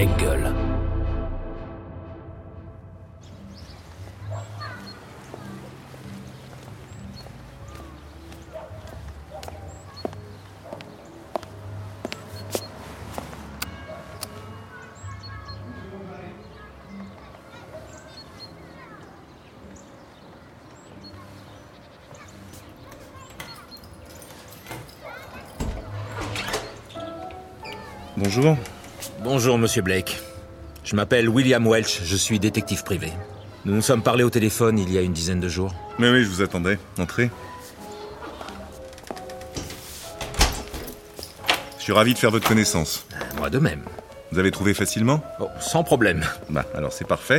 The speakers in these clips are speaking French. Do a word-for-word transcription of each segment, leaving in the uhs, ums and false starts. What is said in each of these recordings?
Engel. Bonjour. Bonjour, monsieur Blake. Je m'appelle William Welch, je suis détective privé. Nous nous sommes parlé au téléphone il y a une dizaine de jours. Oui, oui, je vous attendais. Entrez. Je suis ravi de faire votre connaissance. Moi de même. Vous avez trouvé facilement ? Oh, sans problème. Bah, alors c'est parfait.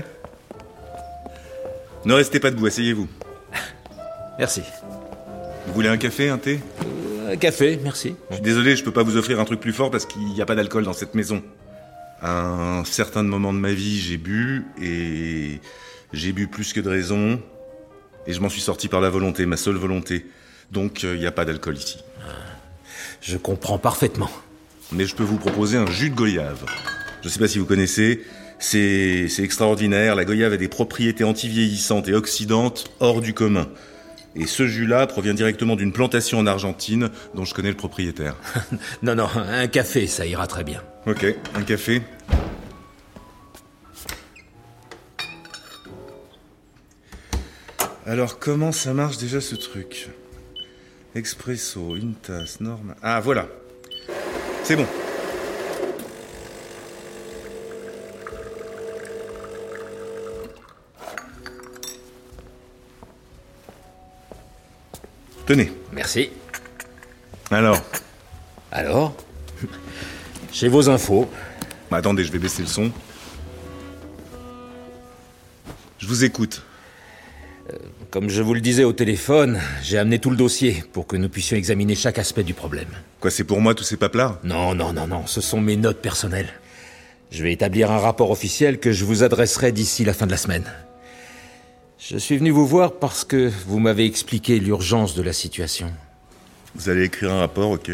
Ne restez pas debout, asseyez-vous. Merci. Vous voulez un café, un thé ? Euh, un café, merci. Je suis désolé, je peux pas vous offrir un truc plus fort parce qu'il n'y a pas d'alcool dans cette maison. À un certain moment de ma vie, j'ai bu, et j'ai bu plus que de raison, et je m'en suis sorti par la volonté, ma seule volonté. Donc, il euh, n'y a pas d'alcool ici. Je comprends parfaitement. Mais je peux vous proposer un jus de goyave. Je sais pas si vous connaissez, c'est, c'est extraordinaire. La goyave a des propriétés anti-vieillissantes et oxydantes hors du commun. Et ce jus-là provient directement d'une plantation en Argentine dont je connais le propriétaire. Non, non, un café, ça ira très bien. Ok, un café. Alors, comment ça marche déjà ce truc ? Expresso, une tasse, normal... Ah, voilà. C'est bon. Tenez. Merci. Alors ? Alors ? J'ai vos infos. Bah, attendez, je vais baisser le son. Je vous écoute. Euh, comme je vous le disais au téléphone, j'ai amené tout le dossier pour que nous puissions examiner chaque aspect du problème. Quoi, c'est pour moi tous ces paplards ? Non, non, non, non, ce sont mes notes personnelles. Je vais établir un rapport officiel que je vous adresserai d'ici la fin de la semaine. Je suis venu vous voir parce que vous m'avez expliqué l'urgence de la situation. Vous allez écrire un rapport, ok.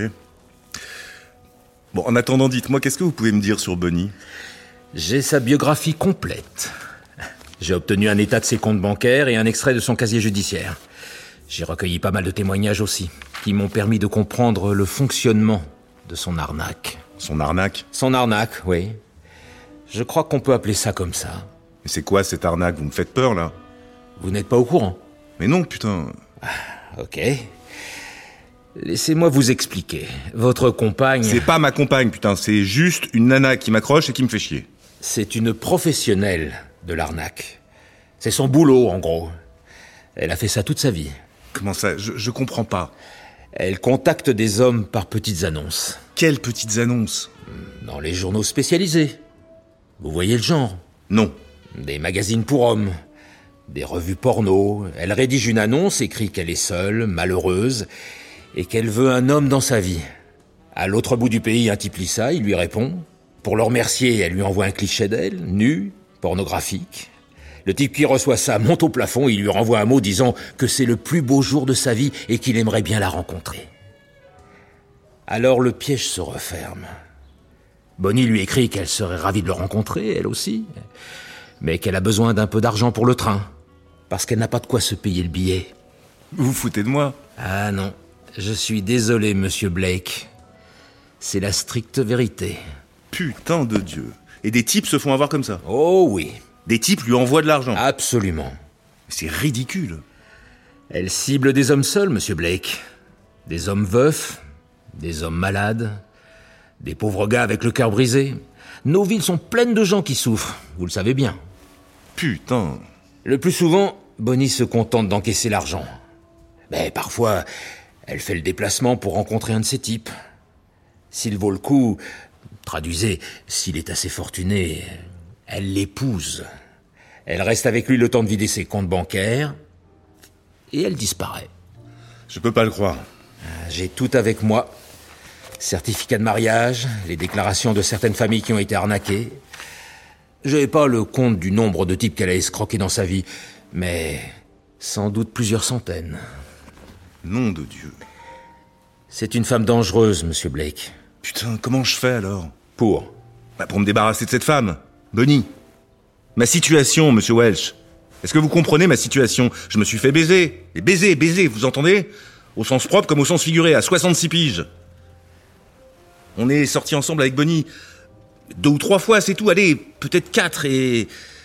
Bon, en attendant, dites-moi, qu'est-ce que vous pouvez me dire sur Bonnie ? J'ai sa biographie complète. J'ai obtenu un état de ses comptes bancaires et un extrait de son casier judiciaire. J'ai recueilli pas mal de témoignages aussi, qui m'ont permis de comprendre le fonctionnement de son arnaque. Son arnaque ? Son arnaque, oui. Je crois qu'on peut appeler ça comme ça. Mais c'est quoi cette arnaque ? Vous me faites peur, là ? Vous n'êtes pas au courant ? Mais non, putain. Ah, ok. Laissez-moi vous expliquer. Votre compagne... C'est pas ma compagne, putain. C'est juste une nana qui m'accroche et qui me fait chier. C'est une professionnelle de l'arnaque. C'est son boulot, en gros. Elle a fait ça toute sa vie. Comment ça ? Je, je comprends pas. Elle contacte des hommes par petites annonces. Quelles petites annonces ? Dans les journaux spécialisés. Vous voyez le genre ? Non. Des magazines pour hommes. Des revues porno. Elle rédige une annonce, écrit qu'elle est seule, malheureuse, et qu'elle veut un homme dans sa vie. À l'autre bout du pays, un type lit ça, il lui répond. Pour le remercier, elle lui envoie un cliché d'elle, nue, pornographique. Le type qui reçoit ça monte au plafond, il lui renvoie un mot disant que c'est le plus beau jour de sa vie et qu'il aimerait bien la rencontrer. Alors le piège se referme. Bonnie lui écrit qu'elle serait ravie de le rencontrer, elle aussi, mais qu'elle a besoin d'un peu d'argent pour le train, parce qu'elle n'a pas de quoi se payer le billet. Vous vous foutez de moi ? Ah non, je suis désolé, monsieur Blake. C'est la stricte vérité. Putain de Dieu. Et des types se font avoir comme ça ? Oh oui. Des types lui envoient de l'argent ? Absolument. C'est ridicule. Elle cible des hommes seuls, monsieur Blake. Des hommes veufs, des hommes malades, des pauvres gars avec le cœur brisé. Nos villes sont pleines de gens qui souffrent, vous le savez bien. Putain. Le plus souvent, Bonnie se contente d'encaisser l'argent. Mais parfois, elle fait le déplacement pour rencontrer un de ces types. S'il vaut le coup, traduisez, s'il est assez fortuné, elle l'épouse. Elle reste avec lui le temps de vider ses comptes bancaires, et elle disparaît. Je peux pas le croire. J'ai tout avec moi. Certificat de mariage, les déclarations de certaines familles qui ont été arnaquées. Je n'ai pas le compte du nombre de types qu'elle a escroqués dans sa vie, mais sans doute plusieurs centaines. Nom de Dieu. C'est une femme dangereuse, monsieur Blake. Putain, comment je fais alors ? Pour Bah, pour me débarrasser de cette femme, Bonnie. Ma situation, monsieur Welch. Est-ce que vous comprenez ma situation? Je me suis fait baiser. Et baiser, baiser, vous entendez? Au sens propre comme au sens figuré, à soixante-six piges. On est sortis ensemble avec Bonnie deux ou trois fois, c'est tout. Allez, peut-être quatre et...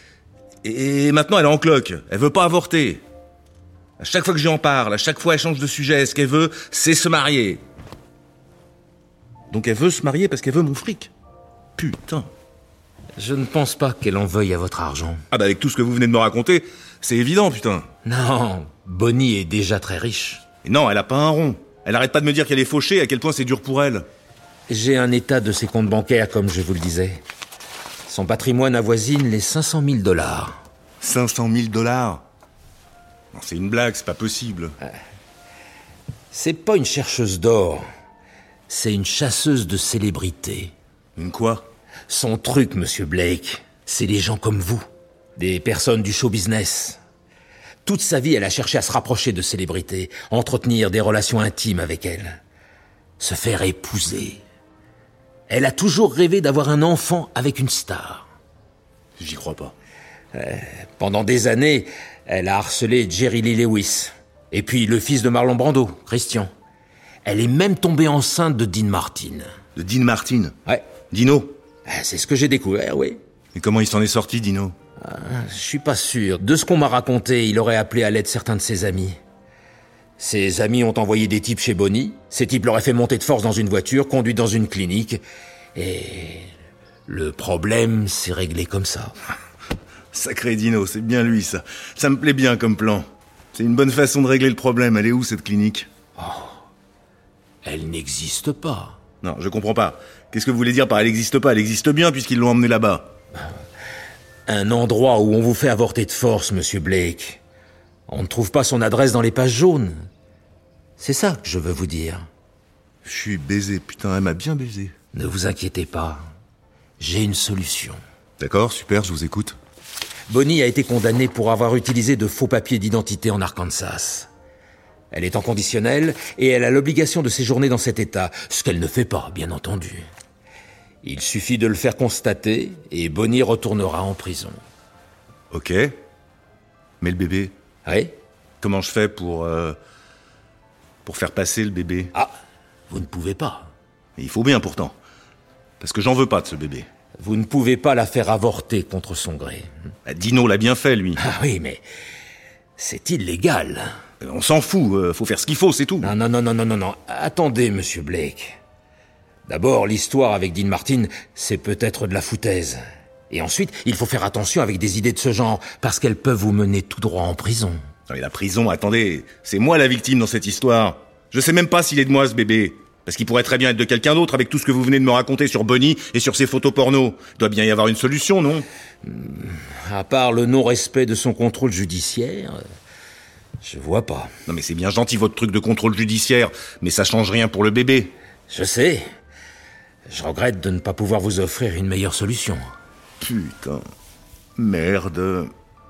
Et maintenant, elle est en cloque. Elle veut pas avorter. À chaque fois que j'en parle, à chaque fois, elle change de sujet. Ce qu'elle veut, c'est se marier. Donc elle veut se marier parce qu'elle veut mon fric. Putain. Je ne pense pas qu'elle en veuille à votre argent. Ah bah avec tout ce que vous venez de me raconter, c'est évident, putain. Non, Bonnie est déjà très riche. Et non, elle a pas un rond. Elle arrête pas de me dire qu'elle est fauchée, à quel point c'est dur pour elle. J'ai un état de ses comptes bancaires, comme je vous le disais. Son patrimoine avoisine les cinq cent mille dollars. cinq cent mille dollars? Non, c'est une blague, c'est pas possible. Euh, c'est pas une chercheuse d'or. C'est une chasseuse de célébrités. Une quoi? Son truc, monsieur Blake, c'est les gens comme vous. Des personnes du show business. Toute sa vie, elle a cherché à se rapprocher de célébrités, entretenir des relations intimes avec elles. Se faire épouser. Elle a toujours rêvé d'avoir un enfant avec une star. J'y crois pas. Euh, pendant des années, elle a harcelé Jerry Lee Lewis. Et puis le fils de Marlon Brando, Christian. Elle est même tombée enceinte de Dean Martin. De Dean Martin? Ouais. Dino? C'est ce que j'ai découvert, oui. Et comment il s'en est sorti, Dino? Ah, je suis pas sûr. De ce qu'on m'a raconté, il aurait appelé à l'aide certains de ses amis. Ses amis ont envoyé des types chez Bonnie. Ces types l'auraient fait monter de force dans une voiture, conduit dans une clinique. Et le problème s'est réglé comme ça. Sacré Dino, c'est bien lui, ça. Ça me plaît bien comme plan. C'est une bonne façon de régler le problème. Elle est où, cette clinique? Oh, elle n'existe pas. Non, je comprends pas. Qu'est-ce que vous voulez dire par elle n'existe pas? Elle existe bien, puisqu'ils l'ont emmenée là-bas. Un endroit où on vous fait avorter de force, monsieur Blake. On ne trouve pas son adresse dans les pages jaunes. C'est ça que je veux vous dire. Je suis baisé, putain, elle m'a bien baisé. Ne vous inquiétez pas. J'ai une solution. D'accord, super, je vous écoute. Bonnie a été condamnée pour avoir utilisé de faux papiers d'identité en Arkansas. Elle est en conditionnel et elle a l'obligation de séjourner dans cet état, ce qu'elle ne fait pas, bien entendu. Il suffit de le faire constater et Bonnie retournera en prison. Ok. Mais le bébé? Oui? Comment je fais pour... Euh, pour faire passer le bébé? Ah, vous ne pouvez pas. Mais il faut bien pourtant. Parce que j'en veux pas de ce bébé. Vous ne pouvez pas la faire avorter contre son gré. Bah, Dino l'a bien fait, lui. Ah oui, mais c'est illégal. On s'en fout, euh, faut faire ce qu'il faut, c'est tout. Non, non, non, non, non, non, non. Attendez, monsieur Blake. D'abord, l'histoire avec Dean Martin, c'est peut-être de la foutaise. Et ensuite, il faut faire attention avec des idées de ce genre, parce qu'elles peuvent vous mener tout droit en prison. Non mais la prison, attendez, c'est moi la victime dans cette histoire. Je sais même pas s'il est de moi, ce bébé. Parce qu'il pourrait très bien être de quelqu'un d'autre avec tout ce que vous venez de me raconter sur Bonnie et sur ses photos porno. Il doit bien y avoir une solution, non? À part le non-respect de son contrôle judiciaire, je vois pas. Non mais c'est bien gentil votre truc de contrôle judiciaire, mais ça change rien pour le bébé. Je sais. Je regrette de ne pas pouvoir vous offrir une meilleure solution. Putain. Merde.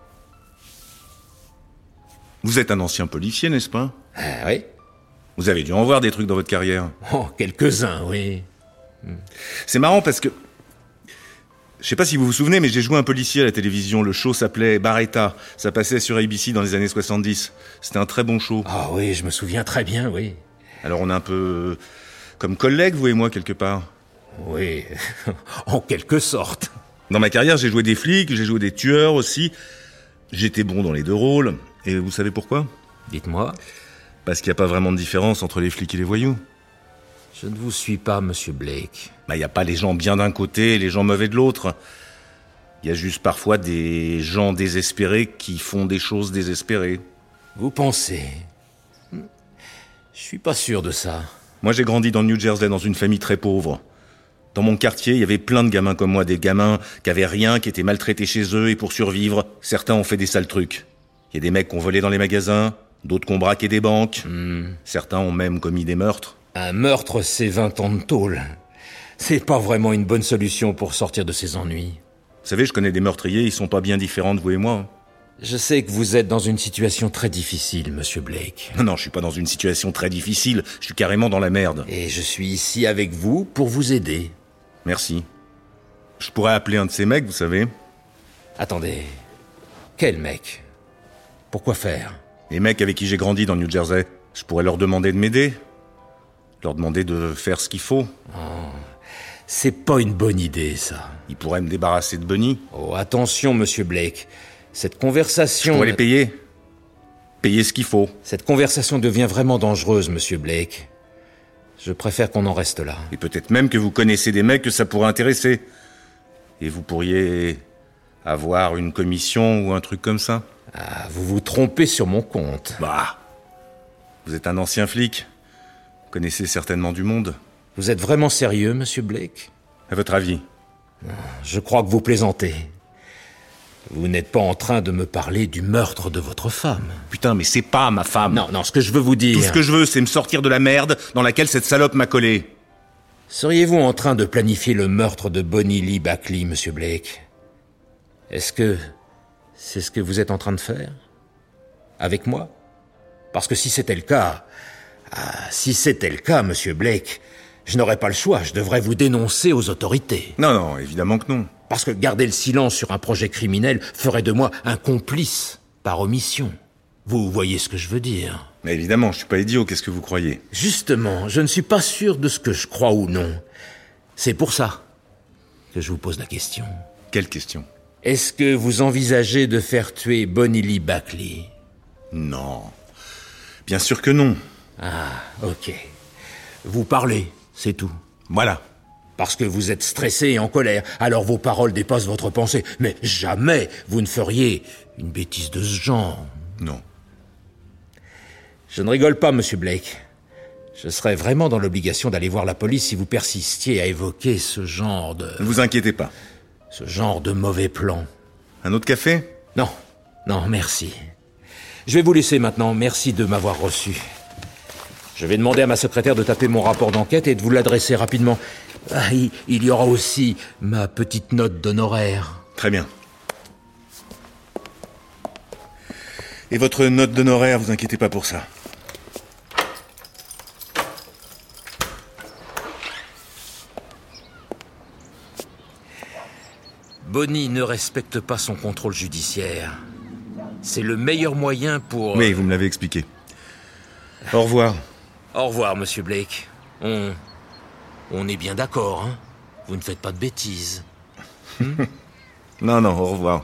Vous êtes un ancien policier, n'est-ce pas? Ah oui? Vous avez dû en voir des trucs dans votre carrière. Oh, quelques-uns, oui. C'est marrant parce que... Je sais pas si vous vous souvenez, mais j'ai joué un policier à la télévision. Le show s'appelait Barretta. Ça passait sur A B C dans les années soixante-dix. C'était un très bon show. Ah oui, je me souviens très bien, oui. Alors on est un peu... comme collègues, vous et moi, quelque part. Oui, en quelque sorte. Dans ma carrière, j'ai joué des flics, j'ai joué des tueurs aussi. J'étais bon dans les deux rôles. Et vous savez pourquoi? Dites-moi. Parce qu'il n'y a pas vraiment de différence entre les flics et les voyous. Je ne vous suis pas, monsieur Blake. Bah, il n'y a pas les gens bien d'un côté et les gens mauvais de l'autre. Il y a juste parfois des gens désespérés qui font des choses désespérées. Vous pensez? Je suis pas sûr de ça. Moi, j'ai grandi dans le New Jersey, dans une famille très pauvre. Dans mon quartier, il y avait plein de gamins comme moi, des gamins qui avaient rien, qui étaient maltraités chez eux, et pour survivre, certains ont fait des sales trucs. Il y a des mecs qui ont volé dans les magasins, d'autres qui ont braqué des banques. Mm. Certains ont même commis des meurtres. Un meurtre, c'est vingt ans de tôle. C'est pas vraiment une bonne solution pour sortir de ses ennuis. Vous savez, je connais des meurtriers, ils sont pas bien différents de vous et moi. Je sais que vous êtes dans une situation très difficile, monsieur Blake. Non, non, je suis pas dans une situation très difficile, je suis carrément dans la merde. Et je suis ici avec vous pour vous aider. Merci. Je pourrais appeler un de ces mecs, vous savez. Attendez. Quel mec? Pourquoi faire? Les mecs avec qui j'ai grandi dans le New Jersey. Je pourrais leur demander de m'aider. Leur demander de faire ce qu'il faut. Oh, c'est pas une bonne idée, ça. Ils pourraient me débarrasser de Bonnie. Oh, attention, monsieur Blake. Cette conversation... Je pourrais les payer. Payer ce qu'il faut. Cette conversation devient vraiment dangereuse, monsieur Blake. Je préfère qu'on en reste là. Et peut-être même que vous connaissez des mecs que ça pourrait intéresser. Et vous pourriez avoir une commission ou un truc comme ça. Ah, vous vous trompez sur mon compte. Bah, vous êtes un ancien flic. Vous connaissez certainement du monde. Vous êtes vraiment sérieux, monsieur Blake? À votre avis? Je crois que vous plaisantez. Vous n'êtes pas en train de me parler du meurtre de votre femme. Putain, mais c'est pas ma femme. Non, non, ce que je veux vous dire... Tout ce que je veux, c'est me sortir de la merde dans laquelle cette salope m'a collé. Seriez-vous en train de planifier le meurtre de Bonnie Lee Bakley, monsieur Blake? Est-ce que c'est ce que vous êtes en train de faire? Avec moi? Parce que si c'était le cas... Ah, si c'était le cas, monsieur Blake, je n'aurais pas le choix, je devrais vous dénoncer aux autorités. Non, non, évidemment que non. Parce que garder le silence sur un projet criminel ferait de moi un complice, par omission. Vous voyez ce que je veux dire? Mais évidemment, je suis pas idiot, qu'est-ce que vous croyez? Justement, je ne suis pas sûr de ce que je crois ou non. C'est pour ça que je vous pose la question. Quelle question? Est-ce que vous envisagez de faire tuer Bonnie Lee Bakley? Non. Bien sûr que non. Ah, ok. Vous parlez, c'est tout. Voilà. Parce que vous êtes stressé et en colère, alors vos paroles dépassent votre pensée. Mais jamais vous ne feriez une bêtise de ce genre. Non. Je ne rigole pas, monsieur Blake. Je serais vraiment dans l'obligation d'aller voir la police si vous persistiez à évoquer ce genre de... Ne vous inquiétez pas. Ce genre de mauvais plan. Un autre café? Non, non, merci. Je vais vous laisser maintenant, merci de m'avoir reçu. Je vais demander à ma secrétaire de taper mon rapport d'enquête et de vous l'adresser rapidement. Ah, il, il y aura aussi ma petite note d'honoraire. Très bien. Et votre note d'honoraire, vous inquiétez pas pour ça. Bonnie ne respecte pas son contrôle judiciaire. C'est le meilleur moyen pour... Oui, vous me l'avez expliqué. Au revoir. Au revoir, monsieur Blake. On... On est bien d'accord, hein? Vous ne faites pas de bêtises. Hmm? Non, non, au revoir.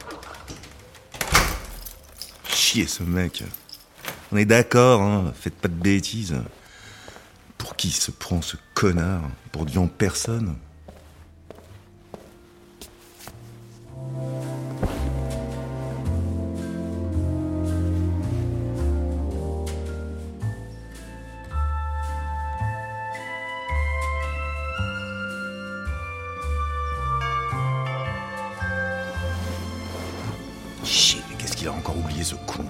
Chier, ce mec. On est d'accord, hein? Faites pas de bêtises. Pour qui se prend ce connard? Pour Dion personne? Chier, mais qu'est-ce qu'il a encore oublié, ce con?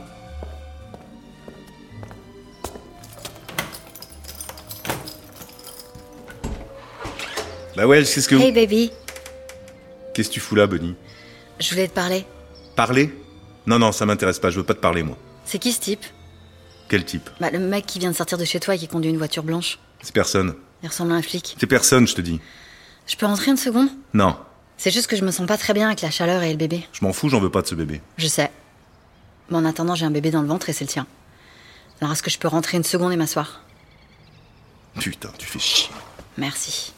Bah ouais, qu'est-ce que vous... Hey baby, Qu'est-ce que tu fous là, Bonnie? je voulais te parler. Parler? Non, non, ça m'intéresse pas, je veux pas te parler, moi. C'est qui ce type? Quel type? Bah le mec qui vient de sortir de chez toi et qui conduit une voiture blanche. C'est personne. Il ressemble à un flic. C'est personne, je te dis. Je peux rentrer une seconde? Non, C'est juste que je me sens pas très bien avec la chaleur et le bébé. je m'en fous, j'en veux pas de ce bébé. Je sais. Mais en attendant, j'ai un bébé dans le ventre et c'est le tien. Alors est-ce que je peux rentrer une seconde et m'asseoir? Putain, tu fais chier. Merci.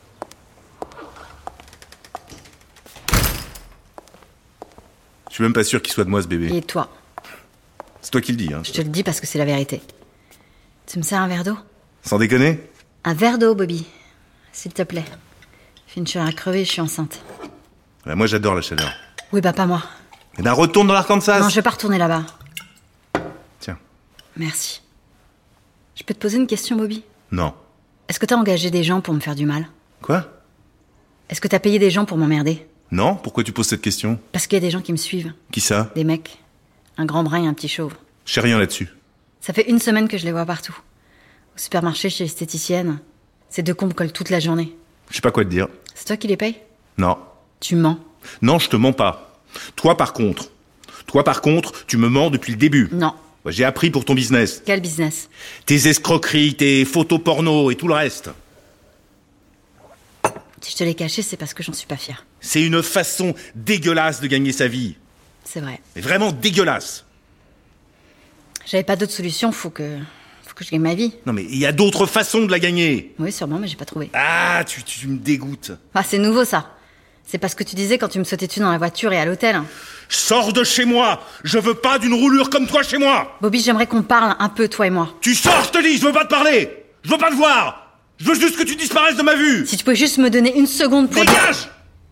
Je suis même pas sûr qu'il soit de moi, ce bébé. Et toi? C'est toi qui le dis, hein. Je te le dis parce que c'est la vérité. Tu me sers un verre d'eau? Sans déconner? Un verre d'eau, Bobby. S'il te plaît. J'ai une chaleur à crever, je suis enceinte. Ouais, moi, j'adore la chaleur. Oui, bah pas moi. Eh ben, retourne dans l'Arkansas. Non, je vais pas retourner là-bas. Tiens. Merci. Je peux te poser une question, Bobby? Non. Est-ce que t'as engagé des gens pour me faire du mal? Quoi? Est-ce que t'as payé des gens pour m'emmerder? Non? Pourquoi tu poses cette question? Parce qu'il y a des gens qui me suivent. Qui ça? Des mecs. Un grand brun et un petit chauve. Je sais rien là-dessus. Ça fait une semaine que je les vois partout. Au supermarché, chez l'esthéticienne. Ces deux cons me collent toute la journée. Je sais pas quoi te dire. C'est toi qui les payes? Non. Tu mens. Non, je te mens pas. Toi, par contre. Toi, par contre, tu me mens depuis le début. Non. Moi, j'ai appris pour ton business. Quel business? Tes escroqueries, tes photos porno et tout le reste. Si je te l'ai caché, c'est parce que j'en suis pas fière. C'est une façon dégueulasse de gagner sa vie. C'est vrai. Mais vraiment dégueulasse. J'avais pas d'autre solution, faut que... faut que je gagne ma vie. Non mais il y a d'autres façons de la gagner. Oui, sûrement, mais j'ai pas trouvé. Ah, tu, tu me dégoûtes. Ah, c'est nouveau, ça. C'est pas ce que tu disais quand tu me sautais dessus dans la voiture et à l'hôtel. Sors de chez moi. Je veux pas d'une roulure comme toi chez moi. Bobby, j'aimerais qu'on parle un peu, toi et moi. Tu sors, je te dis, je veux pas te parler. Je veux pas te voir. Je veux juste que tu disparaisses de ma vue. Si tu pouvais juste me donner une seconde pour... Dégage.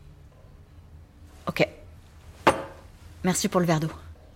Ok. Merci pour le verre d'eau.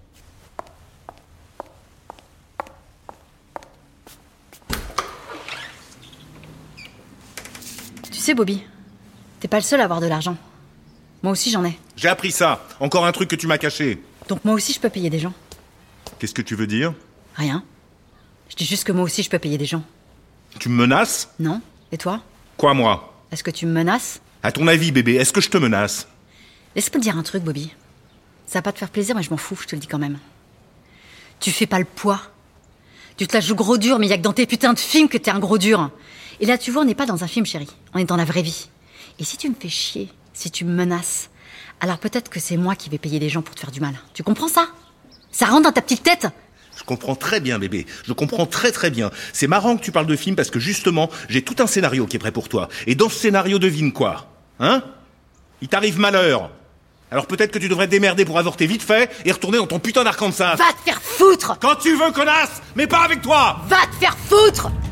Tu sais, Bobby, t'es pas le seul à avoir de l'argent. Moi aussi, j'en ai. J'ai appris ça. Encore un truc que tu m'as caché. Donc moi aussi, je peux payer des gens. Qu'est-ce que tu veux dire? Rien. Je dis juste que moi aussi, je peux payer des gens. Tu me menaces? Non? Et toi? Quoi, moi? Est-ce que tu me menaces? À ton avis, bébé, est-ce que je te menace? Laisse-moi te dire un truc, Bobby. Ça va pas te faire plaisir, mais je m'en fous, je te le dis quand même. Tu fais pas le poids. Tu te la joues gros dur, mais y a que dans tes putains de films que t'es un gros dur. Et là, tu vois, on n'est pas dans un film, chérie. On est dans la vraie vie. Et si tu me fais chier, si tu me menaces, alors peut-être que c'est moi qui vais payer des gens pour te faire du mal. Tu comprends ça? Ça rentre dans ta petite tête? Je comprends très bien, bébé. Je comprends très très bien. C'est marrant que tu parles de film parce que justement, j'ai tout un scénario qui est prêt pour toi. Et dans ce scénario, devine quoi? Hein? Il t'arrive malheur. Alors peut-être que tu devrais te démerder pour avorter vite fait et retourner dans ton putain d'Arkansas. Va te faire foutre! Quand tu veux, connasse, mais pas avec toi! Va te faire foutre!